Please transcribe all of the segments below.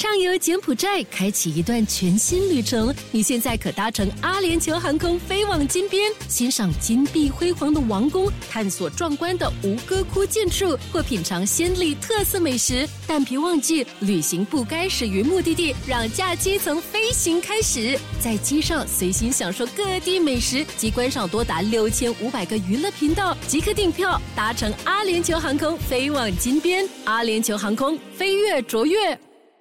畅游柬埔寨，开启一段全新旅程。你现在可搭乘阿联酋航空飞往金边，欣赏金碧辉煌的王宫，探索壮观的吴哥窟建筑，或品尝暹粒特色美食。但别忘记，旅行不该始于目的地，让假期从飞行开始。在机上随心享受各地美食及观赏多达6500个娱乐频道，即刻订票搭乘阿联酋航空飞往金边。阿联酋航空，飞跃卓越。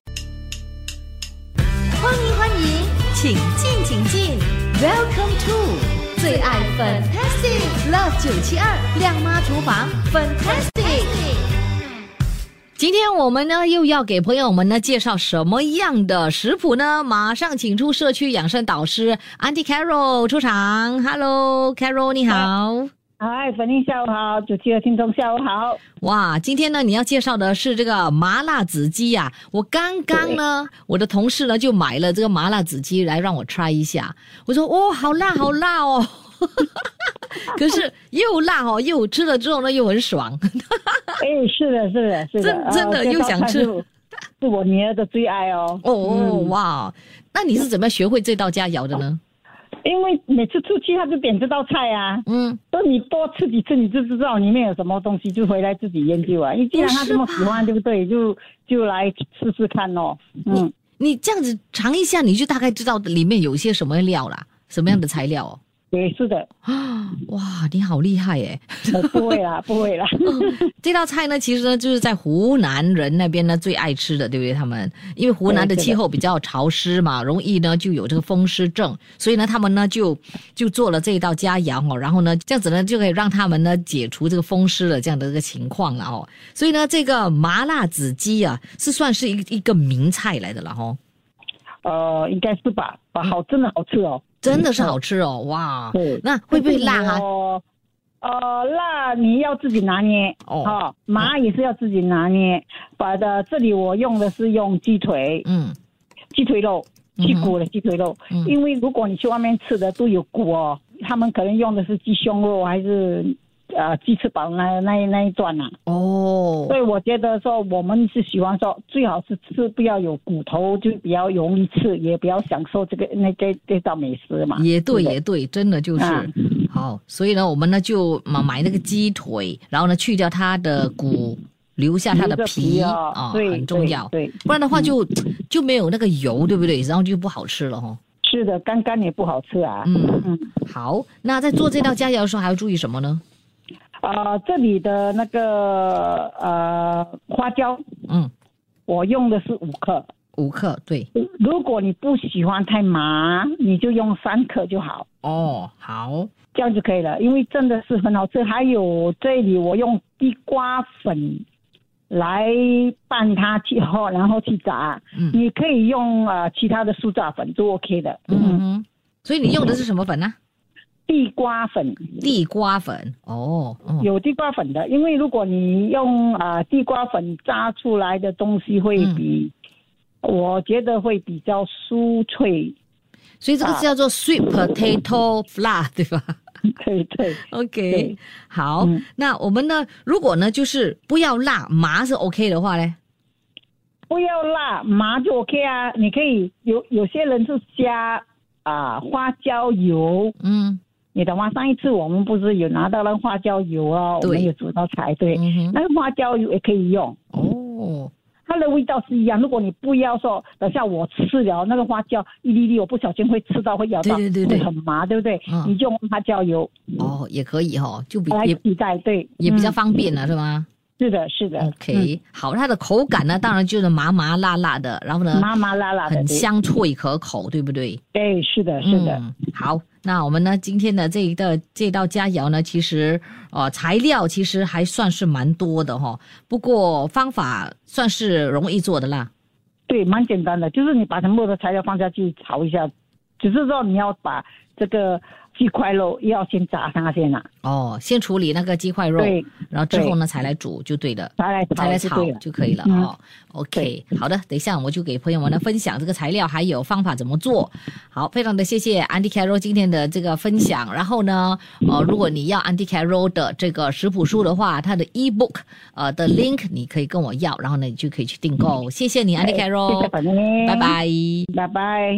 欢迎，请进 Welcome to 最爱 Fantastic Love 972亮妈厨房 Fantastic。 今天我们呢又要给朋友们呢介绍什么样的食谱呢？马上请出社区养生导师 Auntie Carol 出场。 Hello Carol 你好。 嗨，粉英下午好，主持的听众下午好。 哇，今天呢你要介绍的是这个麻辣子鸡啊。我刚刚呢我的同事呢就买了这个麻辣子鸡来让我 try 一下。我说哦，好辣好辣哦可是又辣哦，又吃了之后呢又很爽哎，是的真的又想吃， 是我女儿的最爱哦。 哇，那你是怎么学会这道佳肴的呢？ 因为每次出去他就点这道菜啊，所以你多吃几次你就知道里面有什么东西，就回来自己研究啊。因为既然他这么喜欢，对不对？就来试试看哦。 你这样子尝一下，你就大概知道里面有些什么料啦，什么样的材料哦。 对，是的。 哇，你好厉害耶不会啦这道菜呢其实呢就是在湖南人那边呢最爱吃的，对不对？他们因为湖南的气候比较潮湿嘛，容易呢就有这个风湿症，所以呢他们呢就做了这一道佳肴哦，然后呢这样子呢就可以让他们呢解除这个风湿的这样的一个情况了哦。所以呢这个麻辣子鸡啊是算是一个名菜来的了哦。 应该是吧，真的好吃哦。 真的是好吃哦，哇！那会不会辣啊？ 辣你要自己拿捏哦，麻也是要自己拿捏。这里我用的是用鸡腿，鸡腿肉，去骨的鸡腿肉。因为如果你去外面吃的都有骨哦，他们可能用的是鸡胸肉还是鸡翅膀那一段啊。所以我觉得说我们是喜欢说最好是吃不要有骨头，就比较容易吃，也比较享受这道美食嘛。 也对，真的就是好。所以呢我们呢就买那个鸡腿，然后呢去掉它的骨，留下它的皮很重要。对，不然的话就没有那个油，对不对？然后就不好吃了哦。 是的，干也不好吃啊。 好，那在做这道佳肴的时候还要注意什么呢？ 这里的那个花椒，我用的是5克，对。如果你不喜欢太麻，你就用3克就好。 好， 这样就可以了，因为真的是很好吃。还有这里我用地瓜粉来拌它然后去炸。你可以用其他的酥炸粉都 OK 的。 所以你用的是什么粉呢？ 地瓜粉有地瓜粉的，因为如果你用地瓜粉炸出来的东西会我觉得会比较酥脆， 所以这个叫做 sweet potato flour 对吧？ 对 OK 好。那我们呢如果呢就是不要辣，麻是 OK 的话呢？ 不要辣麻就 OK 啊。你可以有些人是加花椒油。你懂吗？上一次我们不是有拿到那花椒油我们有煮到菜，对。那个花椒油也可以用它的味道是一样。如果你不要说等下我吃了那个花椒一粒粒，我不小心会吃到，会咬到，对，很麻，对不对？你就用花椒油也可以就来替代，对， 也比较方便了，是吗？ 是的 OK 好，它的口感呢当然就是麻麻辣辣的，然后呢麻麻辣辣的， 很香脆可口，对不对？ 对，是的好，那我们呢今天的这道佳肴呢其实材料其实还算是蛮多的不过方法算是容易做的啦。 对，蛮简单的，就是你把全部的材料放下去炒一下，只是说你要把这个鸡块肉要先炸它先啦。 哦，先处理那个鸡块肉， 对， 然后之后呢才来煮就对了， 才来炒就可以了。哦 ，OK， 好的，等一下我就给朋友们呢分享这个材料还有方法怎么做。好，非常的谢谢 Auntie Carol 今天的这个分享。然后呢，如果你要 Auntie Carol 的这个食谱书的话，它的 ebook 的 link 你可以跟我要，然后呢你就可以去订购。谢谢你 Auntie Carol， 谢谢本人， 拜拜， 拜拜。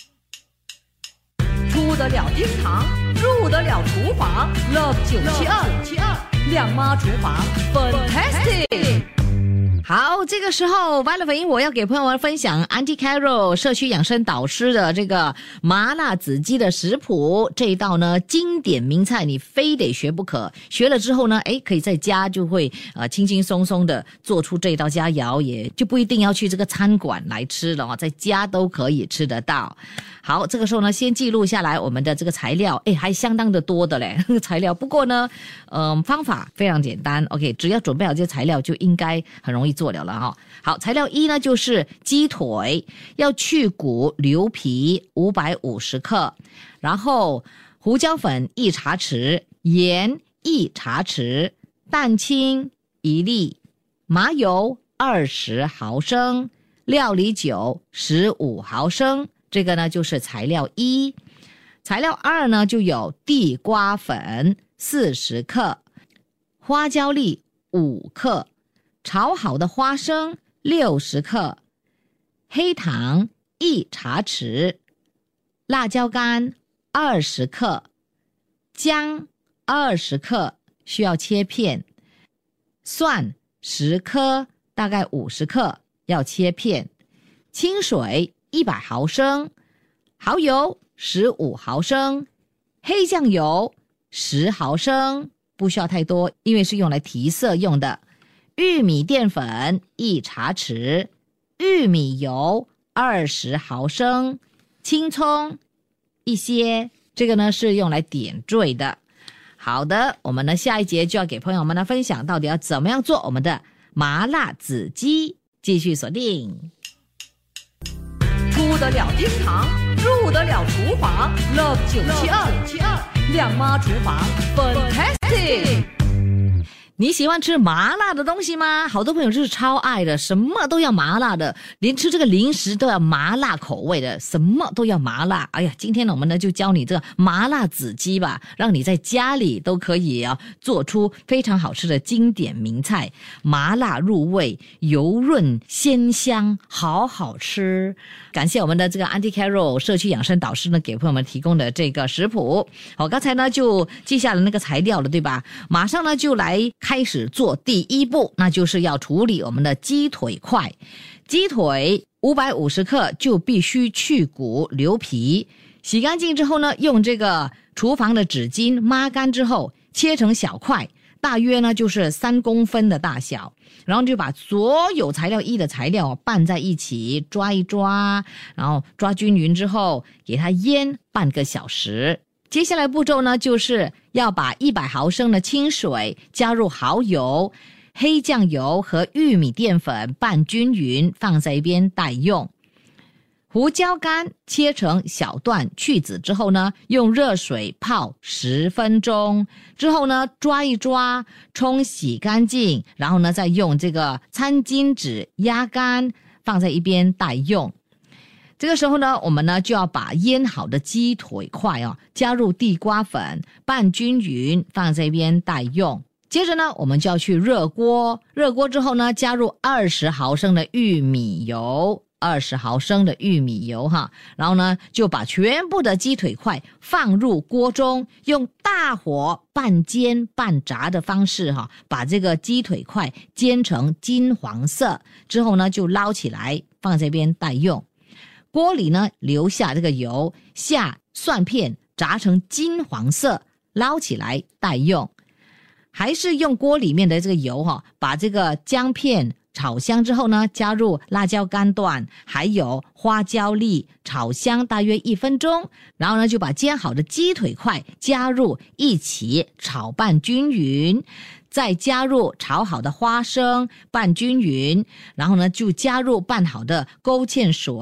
出得了厅堂，入得了厨房 ，Love 972亮妈厨房 ，Fantastic。 好，这个时候完了反应，我要给朋友们分享 Auntie Carol 社区养生导师的这个麻辣子鸡的食谱。这一道呢经典名菜，你非得学不可。学了之后呢，可以在家就会轻轻松松的做出这一道佳肴，也就不一定要去这个餐馆来吃了，在家都可以吃得到。好，这个时候呢，先记录下来我们的这个材料，还相当的多的嘞，材料。不过呢，方法非常简单 ，OK， 只要准备好这些材料，就应该很容易做了哈。好，材料一呢就是鸡腿，要去骨留皮550克，然后胡椒粉1茶匙，盐1茶匙，蛋清1粒，麻油20毫升，料理酒15毫升。这个呢就是材料一。材料二呢就有地瓜粉40克，花椒粒5克，炒好的花生60克，黑糖1茶匙，辣椒干20克，姜20克需要切片，蒜10颗大概50克要切片，清水100毫升，蚝油15毫升，黑酱油10毫升，不需要太多，因为是用来提色用的。玉米淀粉1茶匙，玉米油20毫升，青葱一些，这个呢是用来点缀的。好的，我们呢下一节就要给朋友们呢分享到底要怎么样做我们的麻辣子鸡，继续锁定。 出得了厅堂，入得了厨房 ，Love 972亮妈厨房 ，Fantastic。 你喜欢吃麻辣的东西吗？好多朋友就是超爱的，什么都要麻辣的，连吃这个零食都要麻辣口味的，什么都要麻辣。哎呀，今天呢我们呢就教你这个麻辣子鸡吧，让你在家里都可以做出非常好吃的经典名菜，麻辣入味，油润鲜香，好好吃。感谢我们的这个 Auntie Carol 社区养生导师呢给朋友们提供的这个食谱。好，刚才呢就记下了那个材料了，对吧？马上呢就来开始做第一步，那就是要处理我们的鸡腿块。鸡腿550克就必须去骨留皮，洗干净之后呢，用这个厨房的纸巾抹干之后，切成小块，大约呢就是3公分的大小，然后就把所有材料一的材料拌在一起，抓一抓，然后抓均匀之后，给它腌半个小时。接下来步骤呢，就是要把100毫升的清水加入蚝油、黑酱油和玉米淀粉拌均匀，放在一边待用。胡椒干切成小段，去籽之后呢，用热水泡10分钟，之后呢抓一抓，冲洗干净，然后呢再用这个餐巾纸压干，放在一边待用。这个时候呢，我们呢就要把腌好的鸡腿块加入地瓜粉拌均匀，放在一边待用。接着呢，我们就要去热锅，热锅之后呢，加入20毫升的玉米油，20毫升的玉米油然后呢，就把全部的鸡腿块放入锅中，用大火半煎半炸的方式把这个鸡腿块煎成金黄色，之后呢，就捞起来放在这边待用。锅里呢留下这个油，下蒜片炸成金黄色，捞起来待用。还是用锅里面的这个油把这个姜片炒香之后呢，加入辣椒干段还有花椒粒炒香大约1分钟，然后呢就把煎好的鸡腿块加入一起炒拌均匀，再加入炒好的花生拌均匀，然后呢就加入拌好的勾芡水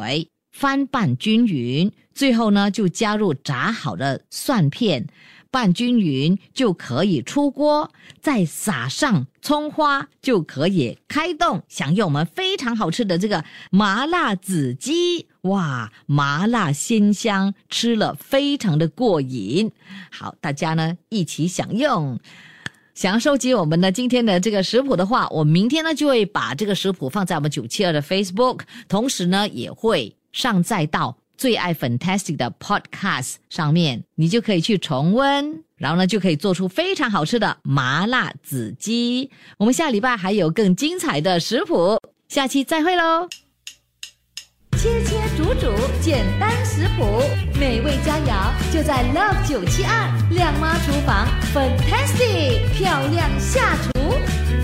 翻拌均匀，最后呢就加入炸好的蒜片，拌均匀就可以出锅，再撒上葱花就可以开动享用我们非常好吃的这个麻辣子鸡。哇，麻辣鲜香，吃了非常的过瘾。好，大家呢一起享用。想要收集我们的今天的这个食谱的话，我明天呢就会把这个食谱放在我们972的 Facebook， 同时呢也会上载到最爱 Fantastic 的 Podcast 上面，你就可以去重温，然后呢就可以做出非常好吃的麻辣子鸡。我们下礼拜还有更精彩的食谱，下期再会咯。 切切煮煮，简单食谱，美味佳肴就在 Love 972亮妈厨房 Fantastic 漂亮下厨。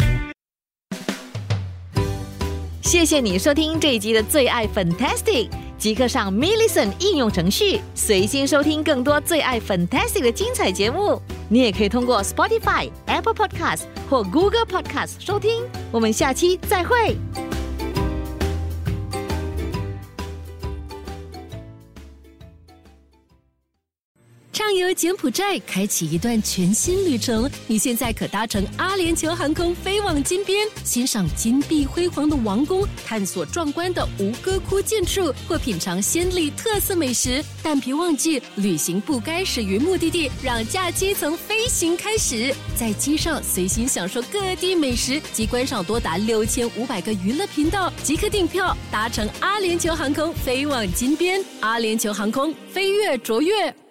谢谢你收听这一集的最爱 Fantastic， 即刻上 MeListen 应用程序，随心收听更多最爱 Fantastic 的精彩节目。你也可以通过 Spotify、Apple Podcast 或 Google Podcast 收听。我们下期再会。 畅游柬埔寨，开启一段全新旅程。你现在可搭乘阿联酋航空飞往金边，欣赏金碧辉煌的王宫，探索壮观的吴哥窟建筑，或品尝暹粒特色美食。但别忘记，旅行不该始于目的地，让假期从飞行开始。在机上随心享受各地美食及观赏多达6500个娱乐频道，即刻订票搭乘阿联酋航空飞往金边。阿联酋航空，飞跃卓越。